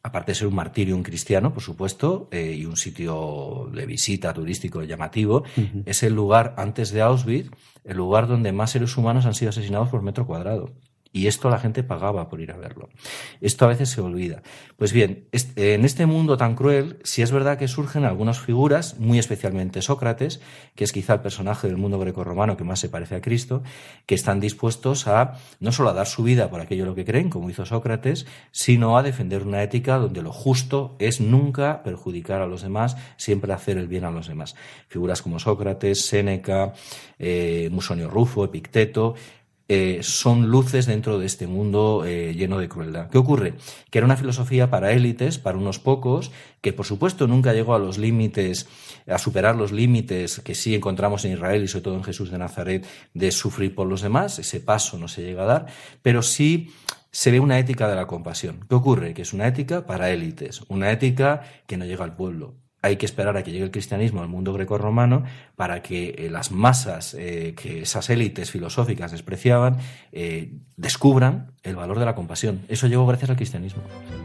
aparte de ser un martirio, un cristiano, por supuesto, eh, y un sitio de visita turístico llamativo, uh-huh. es el lugar, antes de Auschwitz, el lugar donde más seres humanos han sido asesinados por metro cuadrado. Y esto la gente pagaba por ir a verlo. Esto a veces se olvida. Pues bien, en este mundo tan cruel, sí es verdad que surgen algunas figuras, muy especialmente Sócrates, que es quizá el personaje del mundo grecorromano que más se parece a Cristo, que están dispuestos a no solo a dar su vida por aquello lo que creen, como hizo Sócrates, sino a defender una ética donde lo justo es nunca perjudicar a los demás, siempre hacer el bien a los demás. Figuras como Sócrates, Séneca, eh, Musonio Rufo, Epicteto, Eh, son luces dentro de este mundo eh, lleno de crueldad. ¿Qué ocurre? Que era una filosofía para élites, para unos pocos, que por supuesto nunca llegó a los límites, a superar los límites que sí encontramos en Israel y sobre todo en Jesús de Nazaret, de sufrir por los demás. Ese paso no se llega a dar, pero sí se ve una ética de la compasión. ¿Qué ocurre? Que es una ética para élites, una ética que no llega al pueblo. Hay que esperar a que llegue el cristianismo al mundo grecorromano para que eh, las masas eh, que esas élites filosóficas despreciaban eh, descubran el valor de la compasión. Eso llegó gracias al cristianismo.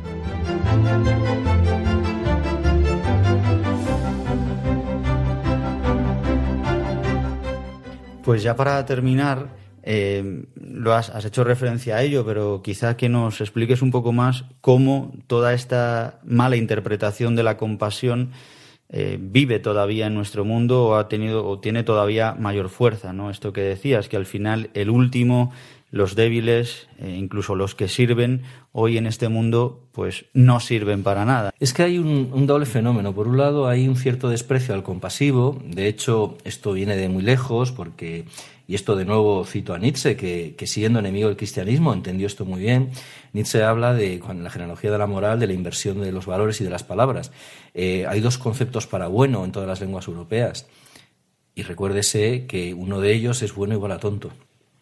Pues ya para terminar, eh, lo has, has hecho referencia a ello, pero quizá que nos expliques un poco más cómo toda esta mala interpretación de la compasión eh, vive todavía en nuestro mundo o ha tenido o tiene todavía mayor fuerza, ¿no? Esto que decías, que al final el último, los débiles, eh, incluso los que sirven hoy en este mundo, pues no sirven para nada. Es que hay un, un doble fenómeno. Por un lado, hay un cierto desprecio al compasivo. De hecho, esto viene de muy lejos, porque, y esto de nuevo cito a Nietzsche, que, que siendo enemigo del cristianismo entendió esto muy bien. Nietzsche habla de, en la genealogía de la moral, de la inversión de los valores y de las palabras. Eh, hay dos conceptos para bueno en todas las lenguas europeas. Y recuérdese que uno de ellos es bueno igual a tonto.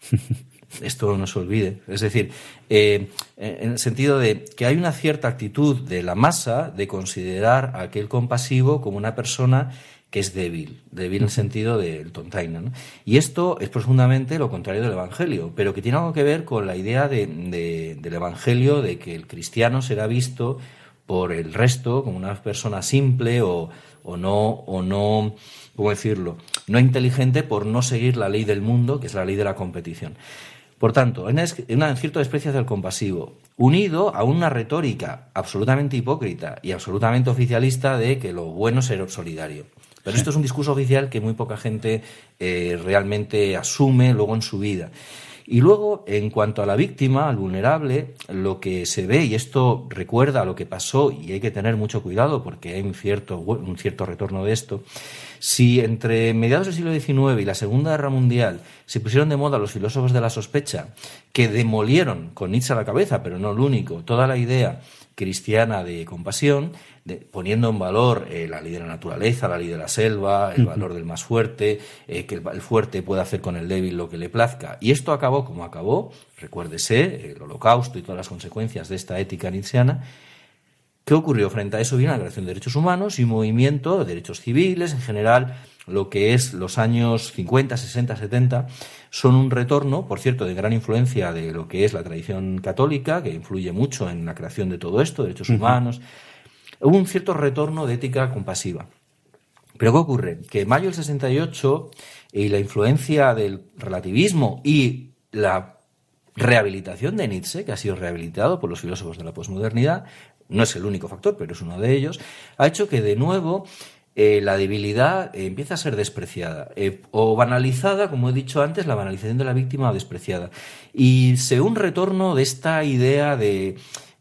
Esto no se olvide. Es decir, eh, en el sentido de que hay una cierta actitud de la masa de considerar a aquel compasivo como una persona que es débil, débil en el sentido del tontaina, ¿no? Y esto es profundamente lo contrario del Evangelio, pero que tiene algo que ver con la idea de, de, del Evangelio de que el cristiano será visto por el resto como una persona simple o, o no, o no, ¿cómo decirlo?, no inteligente por no seguir la ley del mundo, que es la ley de la competición. Por tanto, hay un cierto desprecio hacia el compasivo, unido a una retórica absolutamente hipócrita y absolutamente oficialista de que lo bueno es ser solidario. Pero esto es un discurso oficial que muy poca gente eh, realmente asume luego en su vida. Y luego, en cuanto a la víctima, al vulnerable, lo que se ve, y esto recuerda a lo que pasó, y hay que tener mucho cuidado porque hay un cierto, un cierto retorno de esto, si entre mediados del siglo diecinueve y la Segunda Guerra Mundial se pusieron de moda los filósofos de la sospecha, que demolieron, con Nietzsche a la cabeza, pero no el único, toda la idea cristiana de compasión, de, poniendo en valor eh, la ley de la naturaleza, la ley de la selva, el valor del más fuerte, eh, que el, el fuerte pueda hacer con el débil lo que le plazca. Y esto acabó como acabó, recuérdese, el Holocausto y todas las consecuencias de esta ética nietzscheana. ¿Qué ocurrió? Frente a eso vino la creación de derechos humanos y un movimiento de derechos civiles, en general, lo que es los años cincuenta, sesenta, setenta, son un retorno, por cierto, de gran influencia de lo que es la tradición católica, que influye mucho en la creación de todo esto, derechos uh-huh. humanos. Hubo un cierto retorno de ética compasiva. Pero ¿qué ocurre? Que en mayo del sesenta y ocho y la influencia del relativismo y la rehabilitación de Nietzsche, que ha sido rehabilitado por los filósofos de la posmodernidad, no es el único factor, pero es uno de ellos, ha hecho que de nuevo eh, la debilidad eh, empieza a ser despreciada eh, o banalizada, como he dicho antes, la banalización de la víctima o despreciada. Y se ve un retorno de esta idea de,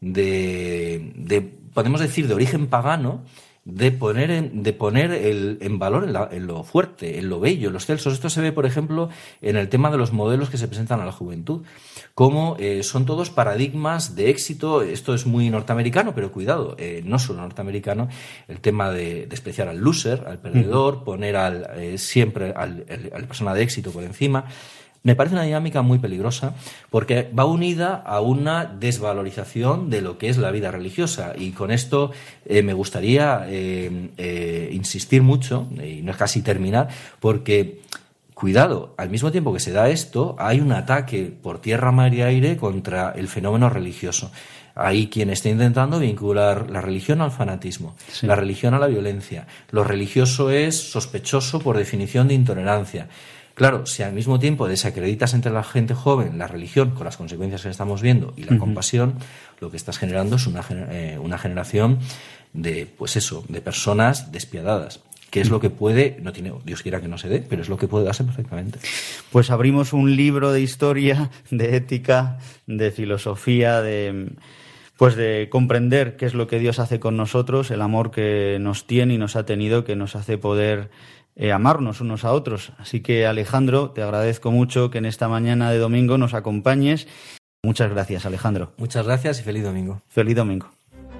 de, de podemos decir, de origen pagano, de poner en, de poner el, en valor en, la, en lo fuerte, en lo bello, en los celsos. Esto se ve, por ejemplo, en el tema de los modelos que se presentan a la juventud, como eh, son todos paradigmas de éxito. Esto es muy norteamericano, pero cuidado, eh, no solo norteamericano, el tema de despreciar al loser, al perdedor, uh-huh. poner al eh, siempre al, al, a la persona de éxito por encima. Me parece una dinámica muy peligrosa porque va unida a una desvalorización de lo que es la vida religiosa, y con esto eh, me gustaría eh, eh, insistir mucho, y no es casi terminar, porque cuidado, al mismo tiempo que se da esto, hay un ataque por tierra, mar y aire contra el fenómeno religioso. Hay quien está intentando vincular la religión al fanatismo, sí. la religión a la violencia. Lo religioso es sospechoso por definición de intolerancia. Claro, si al mismo tiempo desacreditas entre la gente joven la religión, con las consecuencias que estamos viendo, y la uh-huh. compasión, lo que estás generando es una, eh, una generación de, pues eso, de personas despiadadas. Que es lo que puede, no tiene, Dios quiera que no se dé, pero es lo que puede darse perfectamente. Pues abrimos un libro de historia, de ética, de filosofía, de pues de comprender qué es lo que Dios hace con nosotros, el amor que nos tiene y nos ha tenido, que nos hace poder eh, amarnos unos a otros. Así que, Alejandro, te agradezco mucho que en esta mañana de domingo nos acompañes. Muchas gracias, Alejandro. Muchas gracias y feliz domingo. Feliz domingo.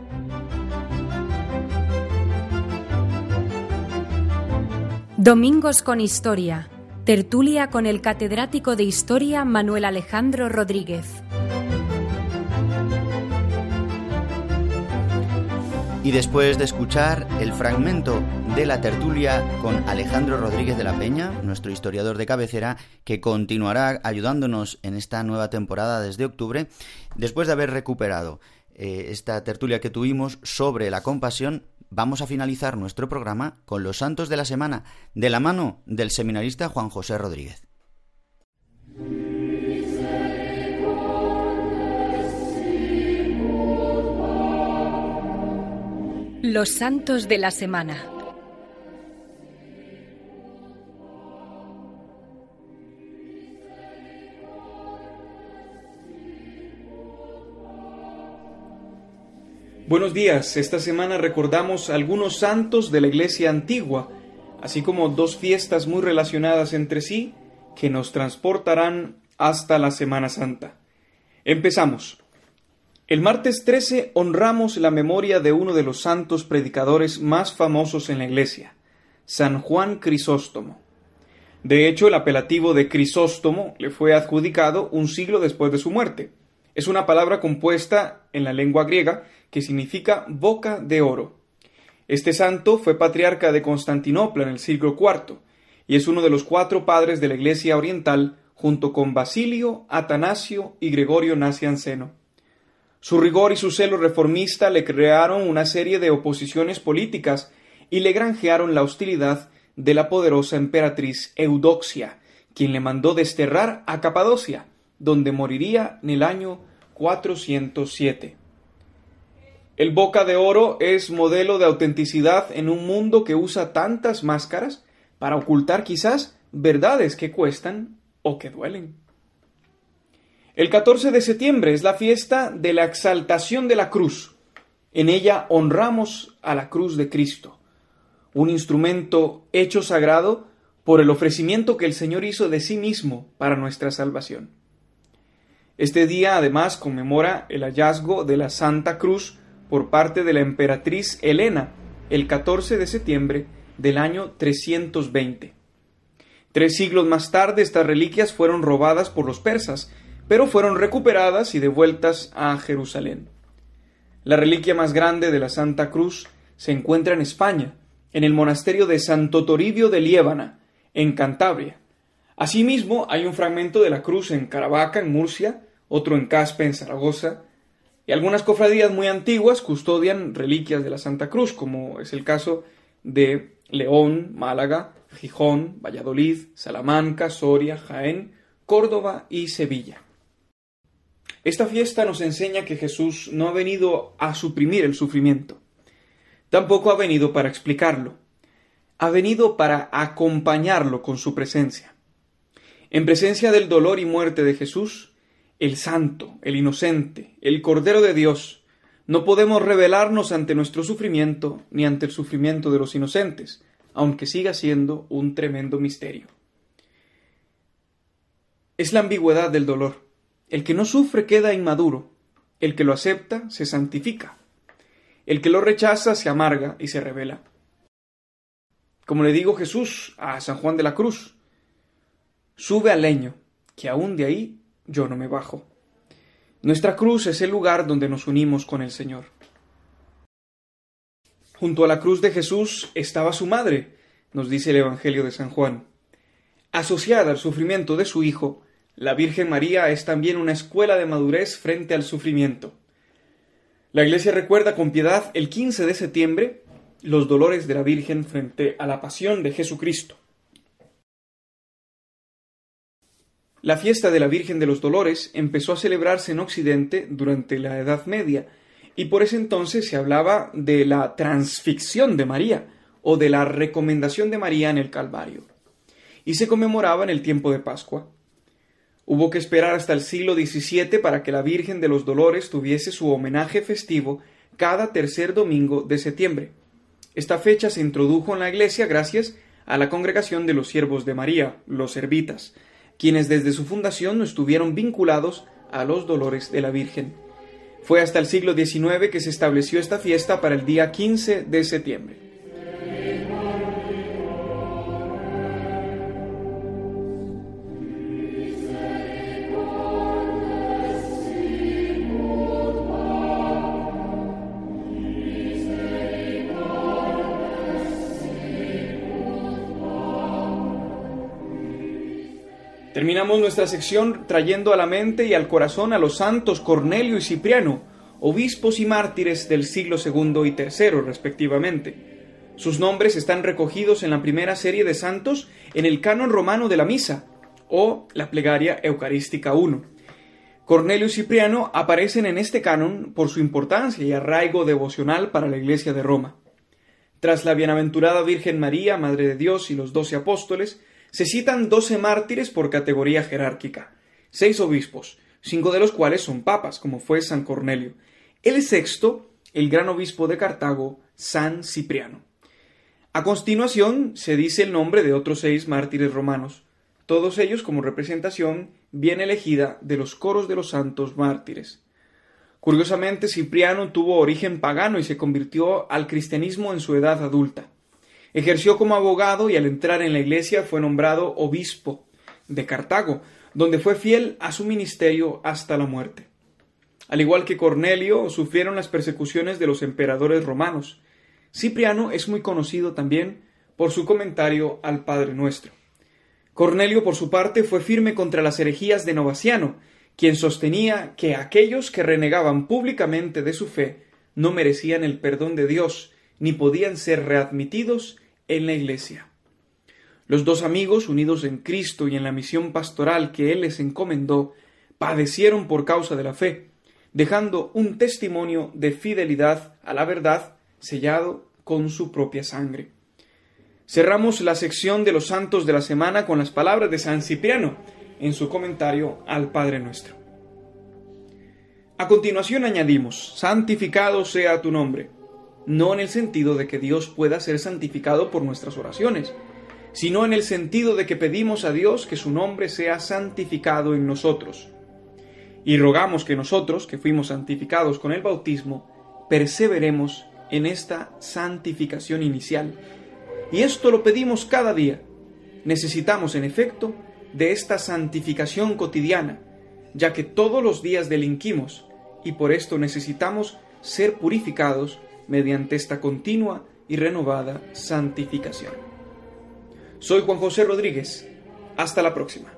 Domingos con Historia. Tertulia con el catedrático de Historia Manuel Alejandro Rodríguez. Y después de escuchar el fragmento de la tertulia con Alejandro Rodríguez de la Peña, nuestro historiador de cabecera, que continuará ayudándonos en esta nueva temporada desde octubre, después de haber recuperado eh, esta tertulia que tuvimos sobre la compasión, vamos a finalizar nuestro programa con los santos de la semana, de la mano del seminarista Juan José Rodríguez. Los santos de la semana. Buenos días, esta semana recordamos algunos santos de la Iglesia antigua, así como dos fiestas muy relacionadas entre sí que nos transportarán hasta la Semana Santa. Empezamos. El martes trece honramos la memoria de uno de los santos predicadores más famosos en la Iglesia, San Juan Crisóstomo. De hecho, el apelativo de Crisóstomo le fue adjudicado un siglo después de su muerte. Es una palabra compuesta en la lengua griega que significa boca de oro. Este santo fue patriarca de Constantinopla en el siglo cuarto y es uno de los cuatro padres de la Iglesia oriental junto con Basilio, Atanasio y Gregorio Nacianceno. Su rigor y su celo reformista le crearon una serie de oposiciones políticas y le granjearon la hostilidad de la poderosa emperatriz Eudoxia, quien le mandó desterrar a Capadocia, donde moriría en el año cuatrocientos siete. El boca de oro es modelo de autenticidad en un mundo que usa tantas máscaras para ocultar quizás verdades que cuestan o que duelen. El catorce de septiembre es la fiesta de la exaltación de la cruz. En ella honramos a la cruz de Cristo, un instrumento hecho sagrado por el ofrecimiento que el Señor hizo de sí mismo para nuestra salvación. Este día además conmemora el hallazgo de la Santa Cruz por parte de la emperatriz Helena, el catorce de septiembre del año trescientos veinte. Tres siglos más tarde estas reliquias fueron robadas por los persas, pero fueron recuperadas y devueltas a Jerusalén. La reliquia más grande de la Santa Cruz se encuentra en España, en el monasterio de Santo Toribio de Liébana, en Cantabria. Asimismo, hay un fragmento de la cruz en Caravaca, en Murcia, otro en Caspe, en Zaragoza, y algunas cofradías muy antiguas custodian reliquias de la Santa Cruz, como es el caso de León, Málaga, Gijón, Valladolid, Salamanca, Soria, Jaén, Córdoba y Sevilla. Esta fiesta nos enseña que Jesús no ha venido a suprimir el sufrimiento, tampoco ha venido para explicarlo, ha venido para acompañarlo con su presencia. En presencia del dolor y muerte de Jesús, el santo, el inocente, el Cordero de Dios, no podemos rebelarnos ante nuestro sufrimiento ni ante el sufrimiento de los inocentes, aunque siga siendo un tremendo misterio. Es la ambigüedad del dolor. El que no sufre queda inmaduro, el que lo acepta se santifica, el que lo rechaza se amarga y se rebela. Como le digo Jesús a San Juan de la Cruz, sube al leño, que aún de ahí yo no me bajo. Nuestra cruz es el lugar donde nos unimos con el Señor. Junto a la cruz de Jesús estaba su madre, nos dice el Evangelio de San Juan. Asociada al sufrimiento de su Hijo, la Virgen María es también una escuela de madurez frente al sufrimiento. La Iglesia recuerda con piedad el quince de septiembre los dolores de la Virgen frente a la pasión de Jesucristo. La fiesta de la Virgen de los Dolores empezó a celebrarse en Occidente durante la Edad Media, y por ese entonces se hablaba de la transfixión de María, o de la recomendación de María en el Calvario, y se conmemoraba en el tiempo de Pascua. Hubo que esperar hasta el siglo diecisiete para que la Virgen de los Dolores tuviese su homenaje festivo cada tercer domingo de septiembre. Esta fecha se introdujo en la Iglesia gracias a la Congregación de los Siervos de María, los Servitas, quienes desde su fundación estuvieron vinculados a los dolores de la Virgen. Fue hasta el siglo diecinueve que se estableció esta fiesta para el día quince de septiembre. Terminamos nuestra sección trayendo a la mente y al corazón a los santos Cornelio y Cipriano, obispos y mártires del siglo segundo y tercero, respectivamente. Sus nombres están recogidos en la primera serie de santos en el canon romano de la misa, o la plegaria eucarística uno. Cornelio y Cipriano aparecen en este canon por su importancia y arraigo devocional para la Iglesia de Roma. Tras la bienaventurada Virgen María, Madre de Dios, y los doce apóstoles, se citan doce mártires por categoría jerárquica, seis obispos, cinco de los cuales son papas, como fue San Cornelio. El sexto, el gran obispo de Cartago, San Cipriano. A continuación se dice el nombre de otros seis mártires romanos, todos ellos como representación bien elegida de los coros de los santos mártires. Curiosamente, Cipriano tuvo origen pagano y se convirtió al cristianismo en su edad adulta. Ejerció como abogado y al entrar en la Iglesia fue nombrado obispo de Cartago, donde fue fiel a su ministerio hasta la muerte. Al igual que Cornelio, sufrieron las persecuciones de los emperadores romanos. Cipriano es muy conocido también por su comentario al Padre Nuestro. Cornelio, por su parte, fue firme contra las herejías de Novaciano, quien sostenía que aquellos que renegaban públicamente de su fe no merecían el perdón de Dios, ni podían ser readmitidos en la Iglesia. Los dos amigos, unidos en Cristo y en la misión pastoral que Él les encomendó, padecieron por causa de la fe, dejando un testimonio de fidelidad a la verdad sellado con su propia sangre. Cerramos la sección de los santos de la semana con las palabras de San Cipriano en su comentario al Padre Nuestro. A continuación añadimos: santificado sea tu nombre, no en el sentido de que Dios pueda ser santificado por nuestras oraciones, sino en el sentido de que pedimos a Dios que su nombre sea santificado en nosotros. Y rogamos que nosotros, que fuimos santificados con el bautismo, perseveremos en esta santificación inicial. Y esto lo pedimos cada día. Necesitamos, en efecto, de esta santificación cotidiana, ya que todos los días delinquimos, y por esto necesitamos ser purificados mediante esta continua y renovada santificación. Soy Juan José Rodríguez. Hasta la próxima.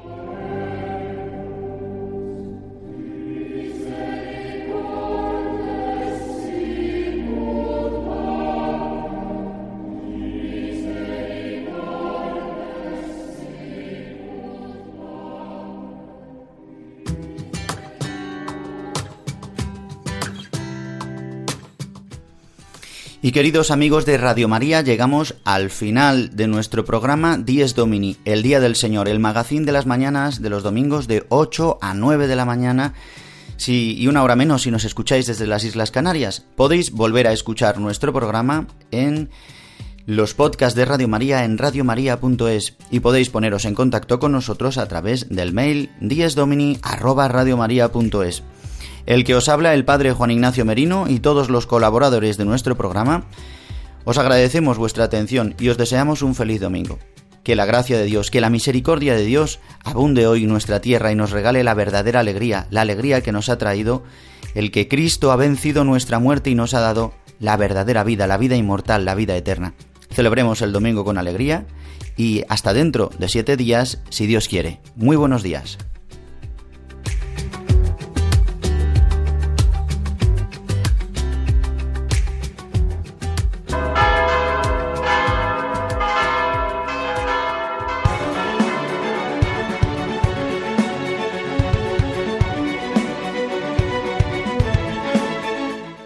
Y queridos amigos de Radio María, llegamos al final de nuestro programa Dies Domini, el Día del Señor, el magazín de las mañanas de los domingos de ocho a nueve de la mañana, si, y una hora menos si nos escucháis desde las Islas Canarias. Podéis volver a escuchar nuestro programa en los podcasts de Radio María en radiomaria punto es y podéis poneros en contacto con nosotros a través del mail diesdomini arroba radiomaria punto es. El que os habla, el padre Juan Ignacio Merino, y todos los colaboradores de nuestro programa, os agradecemos vuestra atención y os deseamos un feliz domingo. Que la gracia de Dios, que la misericordia de Dios abunde hoy en nuestra tierra y nos regale la verdadera alegría, la alegría que nos ha traído el que Cristo ha vencido nuestra muerte y nos ha dado la verdadera vida, la vida inmortal, la vida eterna. Celebremos el domingo con alegría y hasta dentro de siete días, si Dios quiere. Muy buenos días.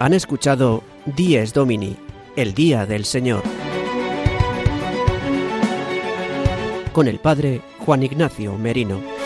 Han escuchado Dies Domini, el Día del Señor, con el Padre Juan Ignacio Merino.